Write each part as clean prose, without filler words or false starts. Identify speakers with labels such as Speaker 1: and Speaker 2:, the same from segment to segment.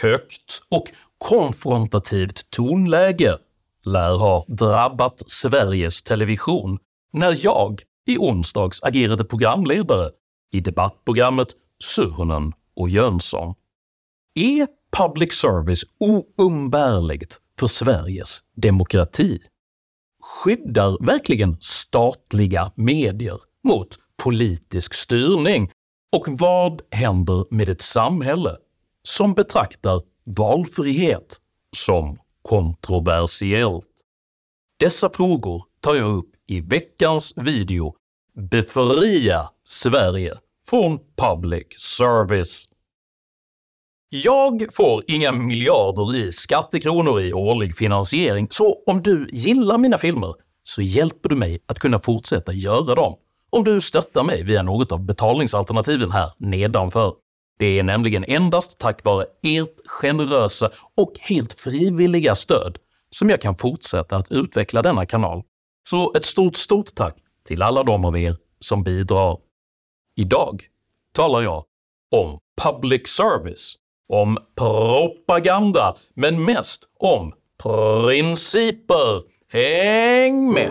Speaker 1: högt och konfrontativt tonläge lär ha drabbat Sveriges Television när jag i onsdags agerade programledare i debattprogrammet Suhonen och Jönsson. Är public service oumbärligt för Sveriges demokrati? Skyddar verkligen statliga medier mot politisk styrning? Och vad händer med ett samhälle som betraktar valfrihet som kontroversiellt? Dessa frågor tar jag upp i veckans video “Befria Sverige från public service”. Jag får inga miljarder i skattekronor i årlig finansiering, så om du gillar mina filmer så hjälper du mig att kunna fortsätta göra dem om du stöttar mig via något av betalningsalternativen här nedanför. Det är nämligen endast tack vare ert generösa och helt frivilliga stöd som jag kan fortsätta att utveckla denna kanal. Så ett stort tack till alla de av er som bidrar. Idag talar jag om public service, om propaganda, men mest om principer. Häng med!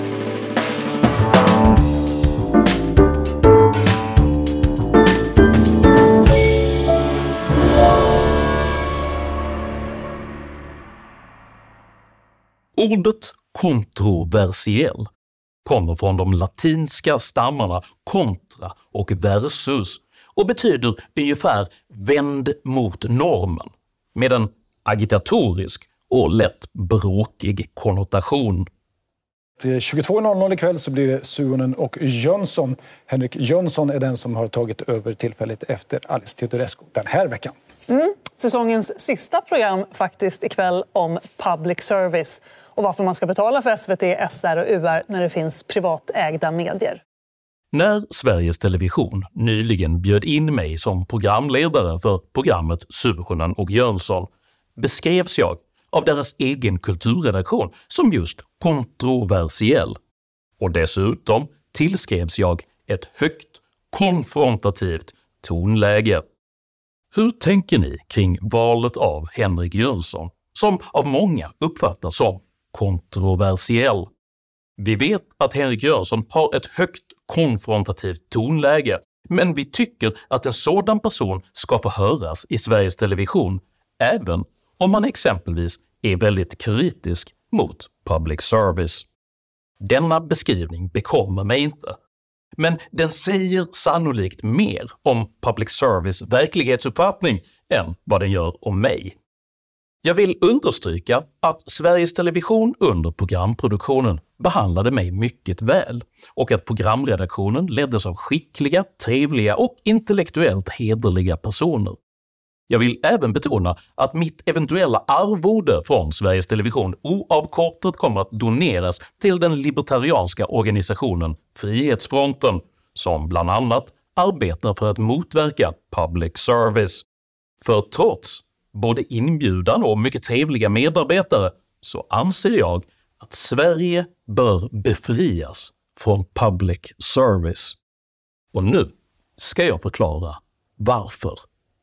Speaker 1: Ordet kontroversiell kommer från de latinska stammarna kontra och versus och betyder ungefär vänd mot normen, med en agitatorisk och lätt bråkig konnotation.
Speaker 2: 22.00 ikväll så blir det Suhonen och Jönsson. Henrik Jönsson är den som har tagit över tillfället efter Alice Teodorescu den här veckan.
Speaker 3: Säsongens sista program faktiskt ikväll om public service och varför man ska betala för SVT, SR och UR när det finns privatägda medier.
Speaker 1: När Sveriges Television nyligen bjöd in mig som programledare för programmet Suhonen och Jönsson beskrevs jag av deras egen kulturredaktion som just kontroversiell. Och dessutom tillskrevs jag ett högt konfrontativt tonläge. Hur tänker ni kring valet av Henrik Jönsson, som av många uppfattas som kontroversiell? Vi vet att Henrik Jönsson har ett högt konfrontativt tonläge, men vi tycker att en sådan person ska få höras i Sveriges Television, även om man exempelvis är väldigt kritisk mot public service. Denna beskrivning bekommer mig inte, men den säger sannolikt mer om public service verklighetsuppfattning än vad den gör om mig. Jag vill understryka att Sveriges Television under programproduktionen behandlade mig mycket väl och att programredaktionen leddes av skickliga, trevliga och intellektuellt hederliga personer. Jag vill även betona att mitt eventuella arvode från Sveriges Television oavkortat kommer att doneras till den libertarianska organisationen Frihetsfronten, som bland annat arbetar för att motverka public service. För trots både inbjudan och mycket trevliga medarbetare så anser jag att Sverige bör befrias från public service. Och nu ska jag förklara varför.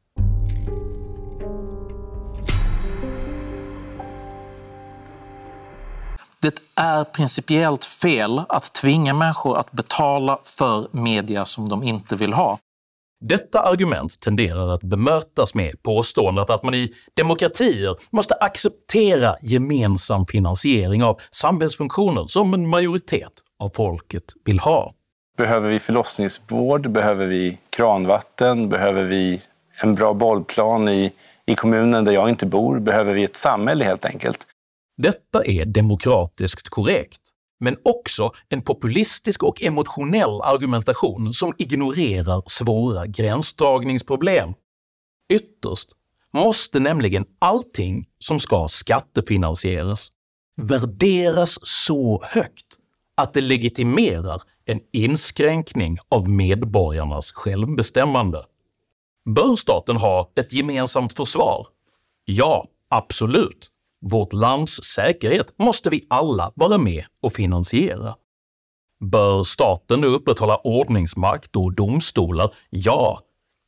Speaker 4: Det är principiellt fel att tvinga människor att betala för media som de inte vill ha.
Speaker 1: Detta argument tenderar att bemötas med påståendet att man i demokratier måste acceptera gemensam finansiering av samhällsfunktioner som en majoritet av folket vill ha.
Speaker 5: Behöver vi förlossningsvård? Behöver vi kranvatten? Behöver vi en bra bollplan i kommunen där jag inte bor? Behöver vi ett samhälle helt enkelt?
Speaker 1: Detta är demokratiskt korrekt, men också en populistisk och emotionell argumentation som ignorerar svåra gränsdragningsproblem. Ytterst måste nämligen allting som ska skattefinansieras värderas så högt att det legitimerar en inskränkning av medborgarnas självbestämmande. Bör staten ha ett gemensamt försvar? Ja, absolut. Vårt lands säkerhet måste vi alla vara med och finansiera. Bör staten upprätthålla ordningsmakt och domstolar? Ja,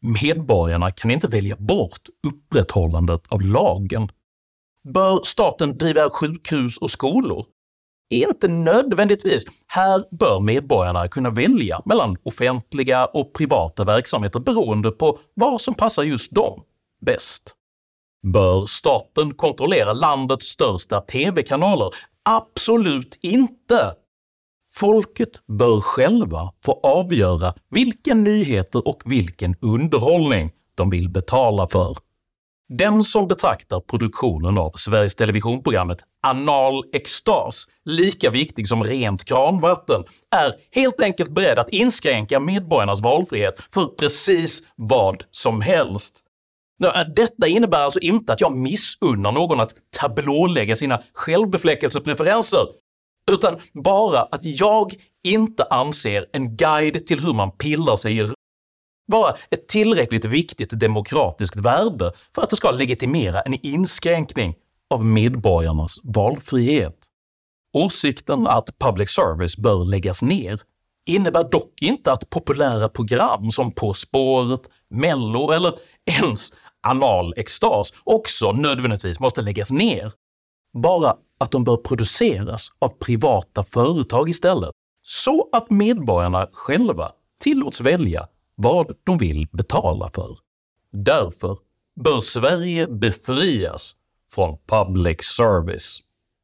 Speaker 1: Medborgarna kan inte välja bort upprätthållandet av lagen. Bör staten driva sjukhus och skolor? Inte nödvändigtvis. Här bör medborgarna kunna välja mellan offentliga och privata verksamheter beroende på vad som passar just dem bäst. Bör staten kontrollera landets största tv-kanaler? Absolut inte! Folket bör själva få avgöra vilka nyheter och vilken underhållning de vill betala för. Den som betraktar produktionen av Sveriges Television-programmet Anal extas lika viktig som rent kranvatten är helt enkelt beredd att inskränka medborgarnas valfrihet för precis vad som helst. Detta innebär alltså inte att jag missunnar någon att tablålägga sina självbefläckelsepreferenser, utan bara att jag inte anser en guide till hur man pillar sig i vara ett tillräckligt viktigt demokratiskt värde för att det ska legitimera en inskränkning av medborgarnas valfrihet. Åsikten att public service bör läggas ner innebär dock inte att populära program som På spåret, Mello eller ens Anal extas också nödvändigtvis måste läggas ner. Bara att de bör produceras av privata företag istället, så att medborgarna själva tillåts välja vad de vill betala för. Därför bör Sverige befrias från public service.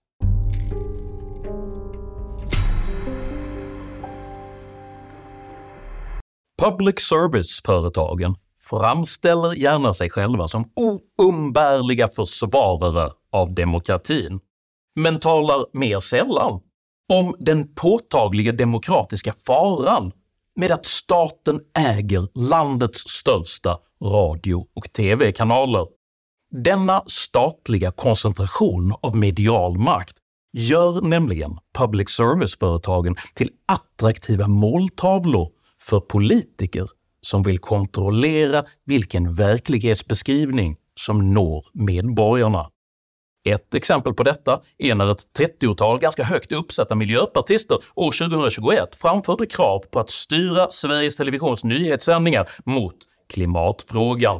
Speaker 1: Public service-företagen framställer gärna sig själva som oumbärliga försvarare av demokratin, men talar mer sällan om den påtagliga demokratiska faran med att staten äger landets största radio- och tv-kanaler. Denna statliga koncentration av medial makt gör nämligen public service-företagen till attraktiva måltavlor för politiker som vill kontrollera vilken verklighetsbeskrivning som når medborgarna. Ett exempel på detta är när ett 30-tal ganska högt uppsatta miljöpartister år 2021 framförde krav på att styra Sveriges Televisions nyhetssändningar mot klimatfrågan.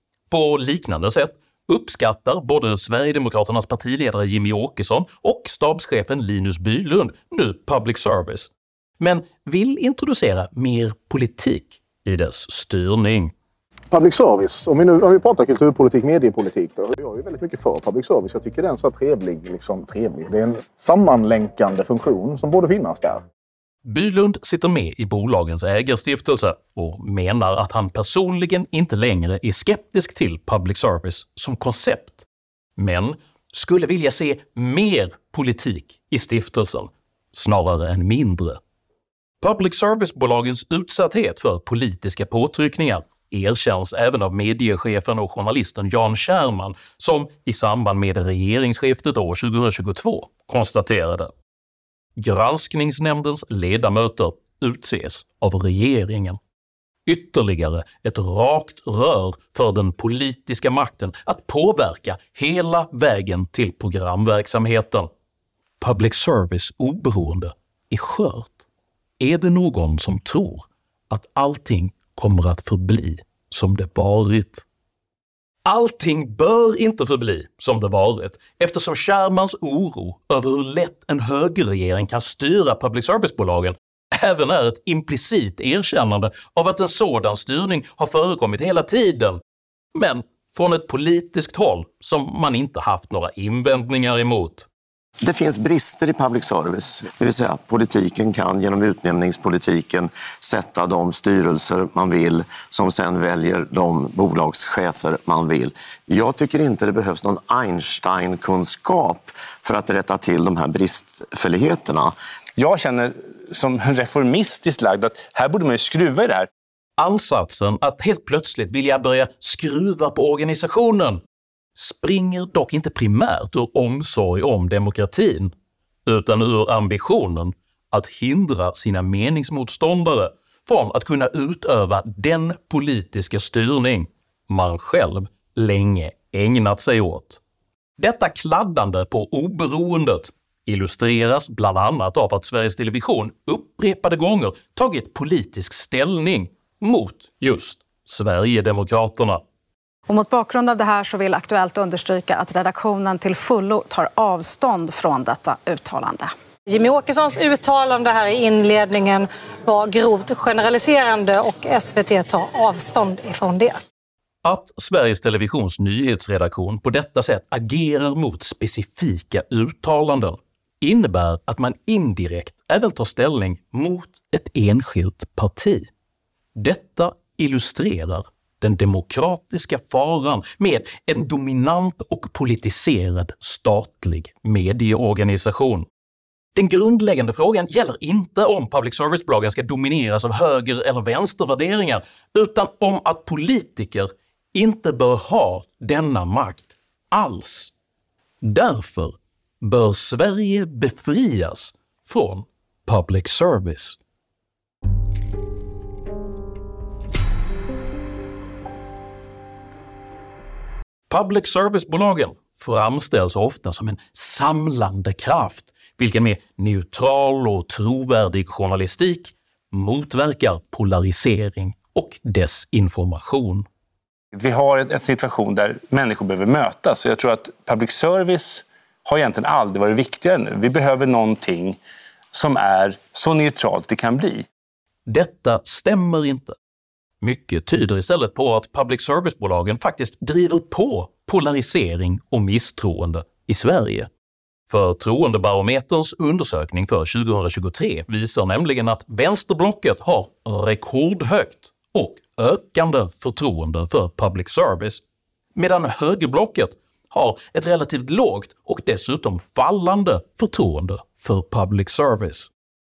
Speaker 1: På liknande sätt uppskattar både Sverigedemokraternas partiledare Jimmie Åkesson och stabschefen Linus Bylund nu public service, men vill introducera mer politik i dess styrning.
Speaker 6: Public service, om vi pratar kulturpolitik, mediepolitik, då, jag är väldigt mycket för public service. Jag tycker den är så trevlig. Det är en sammanlänkande funktion som borde finnas där.
Speaker 1: Bylund sitter med i bolagens ägarstiftelse och menar att han personligen inte längre är skeptisk till public service som koncept, men skulle vilja se mer politik i stiftelsen, snarare än mindre. Public service-bolagens utsatthet för politiska påtryckningar erkänns även av mediechefen och journalisten Jan Kärrman, som i samband med regeringsskiftet år 2022 konstaterade: Granskningsnämndens ledamöter utses av regeringen. Ytterligare ett rakt rör för den politiska makten att påverka hela vägen till programverksamheten. Public service oberoende är skört. Är det någon som tror att allting kommer att förbli som det varit? Allting bör inte förbli som det varit, eftersom Kärrmans oro över hur lätt en högerregering kan styra public service-bolagen även är ett implicit erkännande av att en sådan styrning har förekommit hela tiden, men från ett politiskt håll som man inte haft några invändningar emot.
Speaker 7: Det finns brister i public service, det vill säga politiken kan genom utnämningspolitiken sätta de styrelser man vill som sen väljer de bolagschefer man vill. Jag tycker inte det behövs någon Einstein-kunskap för att rätta till de här bristfälligheterna.
Speaker 5: Jag känner som reformistiskt lagd att här borde man ju skruva i det här.
Speaker 1: Ansatsen att helt plötsligt vilja börja skruva på organisationen springer dock inte primärt ur omsorg om demokratin, utan ur ambitionen att hindra sina meningsmotståndare från att kunna utöva den politiska styrning man själv länge ägnat sig åt. Detta kladdande på oberoendet illustreras bland annat av att Sveriges Television upprepade gånger tagit politisk ställning mot just Sverigedemokraterna.
Speaker 8: Och mot bakgrund av det här så vill Aktuellt understryka att redaktionen till fullo tar avstånd från detta uttalande.
Speaker 9: Jimmie Åkessons uttalande här i inledningen var grovt generaliserande och SVT tar avstånd ifrån det.
Speaker 1: Att Sveriges Televisions nyhetsredaktion på detta sätt agerar mot specifika uttalanden innebär att man indirekt även tar ställning mot ett enskilt parti. Detta illustrerar den demokratiska faran med en dominant och politiserad statlig medieorganisation. Den grundläggande frågan gäller inte om public service-bolagen ska domineras av höger- eller vänstervärderingar, utan om att politiker inte bör ha denna makt alls. Därför bör Sverige befrias från public service. Public service-bolagen framställs ofta som en samlande kraft, vilken med neutral och trovärdig journalistik motverkar polarisering och desinformation.
Speaker 5: Vi har en situation där människor behöver mötas, och jag tror att public service har egentligen aldrig varit viktigare nu. Vi behöver någonting som är så neutralt det kan bli.
Speaker 1: Detta stämmer inte. Mycket tyder istället på att public service-bolagen faktiskt driver på polarisering och misstroende i Sverige. Förtroendebarometerns undersökning för 2023 visar nämligen att vänsterblocket har rekordhögt och ökande förtroende för public service, medan högerblocket har ett relativt lågt och dessutom fallande förtroende för public service.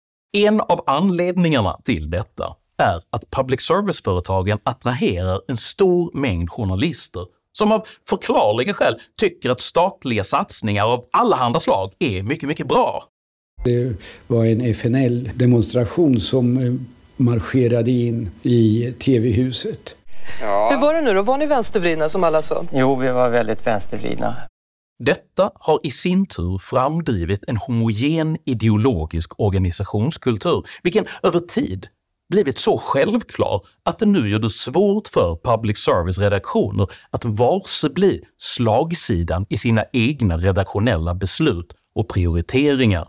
Speaker 1: En av anledningarna till detta är att public service-företagen attraherar en stor mängd journalister som av förklarliga skäl tycker att statliga satsningar av allehanda slag är mycket bra.
Speaker 10: Det var en FNL-demonstration som marscherade in i TV-huset.
Speaker 11: Ja. Hur var det nu då? Var ni vänstervridna som alla sa?
Speaker 12: Jo, vi var väldigt vänstervridna.
Speaker 1: Detta har i sin tur framdrivit en homogen ideologisk organisationskultur, vilken över tid blivit så självklar att det nu gör det svårt för public service-redaktioner att varsebli slagsidan i sina egna redaktionella beslut och prioriteringar.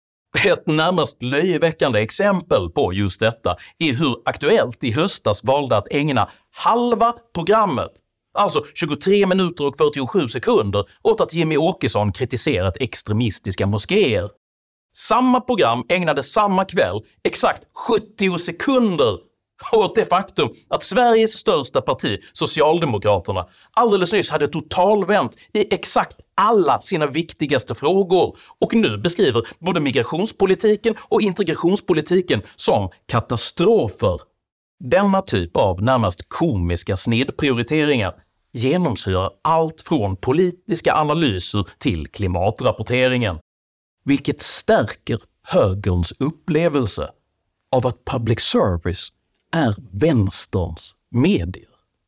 Speaker 1: Ett närmast löjeväckande exempel på just detta är hur Aktuellt i höstas valde att ägna halva programmet, alltså 23 minuter och 47 sekunder, åt att Jimmie Åkesson kritiserat extremistiska moskéer. Samma program ägnade samma kväll exakt 70 sekunder åt det faktum att Sveriges största parti, Socialdemokraterna, alldeles nyss hade totalvänt i exakt alla sina viktigaste frågor och nu beskriver både migrationspolitiken och integrationspolitiken som katastrofer. Denna typ av närmast komiska snedprioriteringar genomsyrar allt från politiska analyser till klimatrapporteringen, vilket stärker högerns upplevelse av att public service är vänsterns medier.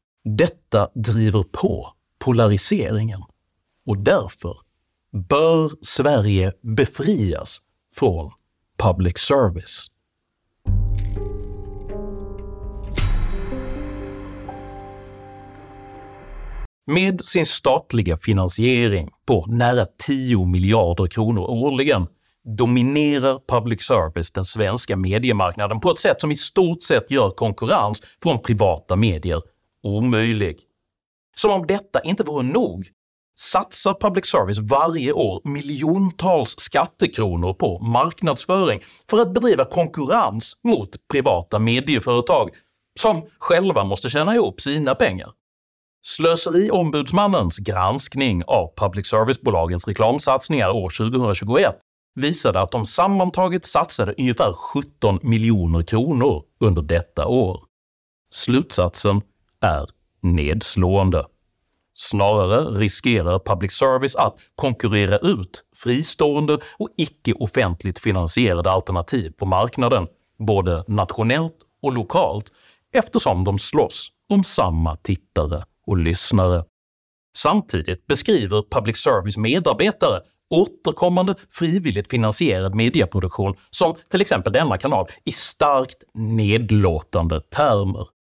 Speaker 1: Detta driver på polariseringen och därför bör Sverige befrias från public service. Med sin statliga finansiering på nära 10 miljarder kronor årligen dominerar public service den svenska mediemarknaden på ett sätt som i stort sett gör konkurrens från privata medier omöjlig. Som om detta inte vore nog satsar public service varje år miljontals skattekronor på marknadsföring för att bedriva konkurrens mot privata medieföretag som själva måste tjäna ihop sina pengar. Slöseriombudsmannens granskning av public service-bolagens reklamsatsningar år 2021 visade att de sammantaget satsade ungefär 17 miljoner kronor under detta år. Slutsatsen är nedslående. Snarare riskerar public service att konkurrera ut fristående och icke-offentligt finansierade alternativ på marknaden, både nationellt och lokalt, eftersom de slåss om samma tittare och lyssnare. Samtidigt beskriver public service medarbetare återkommande frivilligt finansierad medieproduktion som till exempel denna kanal i starkt nedlåtande termer.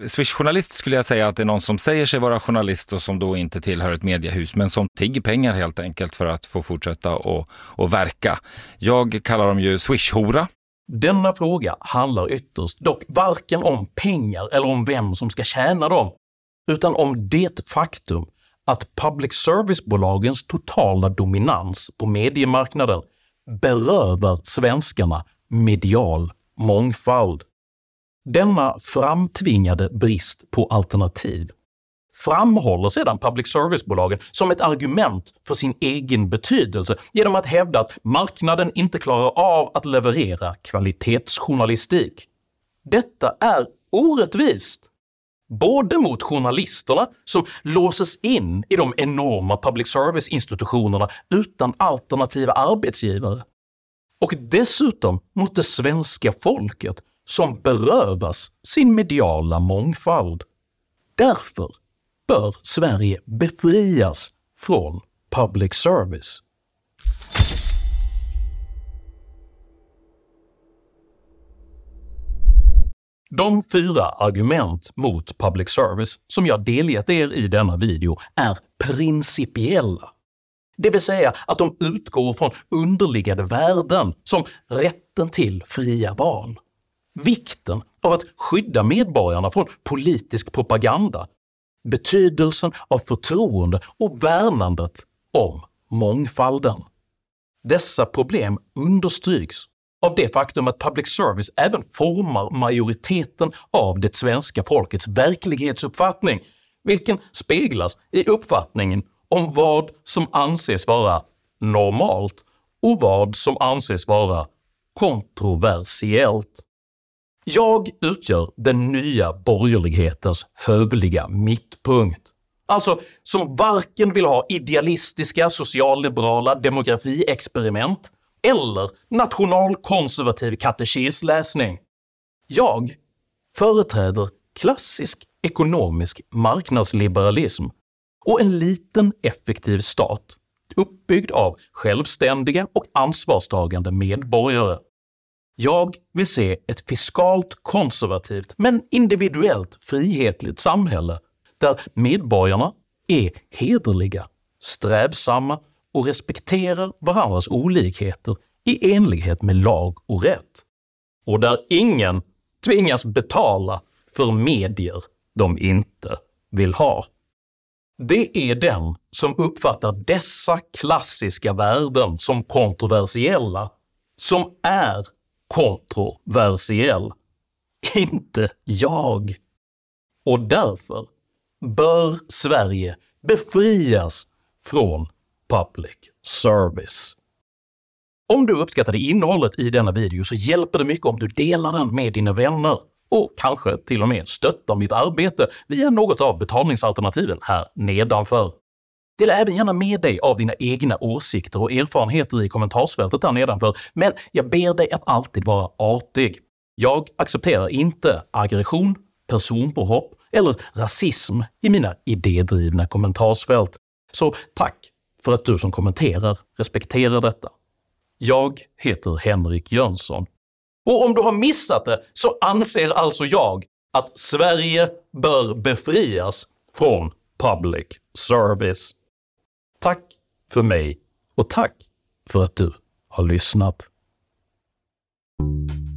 Speaker 13: Swish-journalist skulle jag säga att det är någon som säger sig vara journalist och som då inte tillhör ett mediehus, men som tigger pengar helt enkelt för att få fortsätta och verka. Jag kallar dem ju Swish-hora.
Speaker 1: Denna fråga handlar ytterst dock varken om pengar eller om vem som ska tjäna dem, utan om det faktum att public service-bolagens totala dominans på mediemarknaden berövar svenskarna medial mångfald. Denna framtvingade brist på alternativ framhåller sedan public service-bolagen som ett argument för sin egen betydelse genom att hävda att marknaden inte klarar av att leverera kvalitetsjournalistik. Detta är orättvist. Både mot journalisterna som låses in i de enorma public service-institutionerna utan alternativa arbetsgivare, och dessutom mot det svenska folket som berövas sin mediala mångfald. Därför bör Sverige befrias från public service. De 4 argument mot public service som jag delgett er i denna video är principiella. Det vill säga att de utgår från underliggande värden som rätten till fria val, vikten av att skydda medborgarna från politisk propaganda, betydelsen av förtroende och värnandet om mångfalden. Dessa problem understryks av det faktum att public service även formar majoriteten av det svenska folkets verklighetsuppfattning, vilken speglas i uppfattningen om vad som anses vara normalt och vad som anses vara kontroversiellt. Jag utgör den nya borgerlighetens hövliga mittpunkt, alltså som varken vill ha idealistiska socialliberala demografiexperiment eller nationalkonservativ katekesläsning. Jag företräder klassisk ekonomisk marknadsliberalism och en liten effektiv stat uppbyggd av självständiga och ansvarstagande medborgare. Jag vill se ett fiskalt konservativt men individuellt frihetligt samhälle där medborgarna är hederliga, strävsamma och respekterar varandras olikheter i enlighet med lag och rätt. Och där ingen tvingas betala för medier de inte vill ha. Det är den som uppfattar dessa klassiska värden som kontroversiella som är kontroversiell, inte jag. Och därför bör Sverige befrias från public service. Om du uppskattade innehållet i denna video så hjälper det mycket om du delar den med dina vänner och kanske till och med stöttar mitt arbete via något av betalningsalternativen här nedanför. Dela även gärna med dig av dina egna åsikter och erfarenheter i kommentarsfältet där nedanför, men jag ber dig att alltid vara artig. Jag accepterar inte aggression, personpåhopp eller rasism i mina idédrivna kommentarsfält. Så tack för att du som kommenterar respekterar detta. Jag heter Henrik Jönsson. Och om du har missat det så anser alltså jag att Sverige bör befrias från public service. Tack för mig och tack för att du har lyssnat.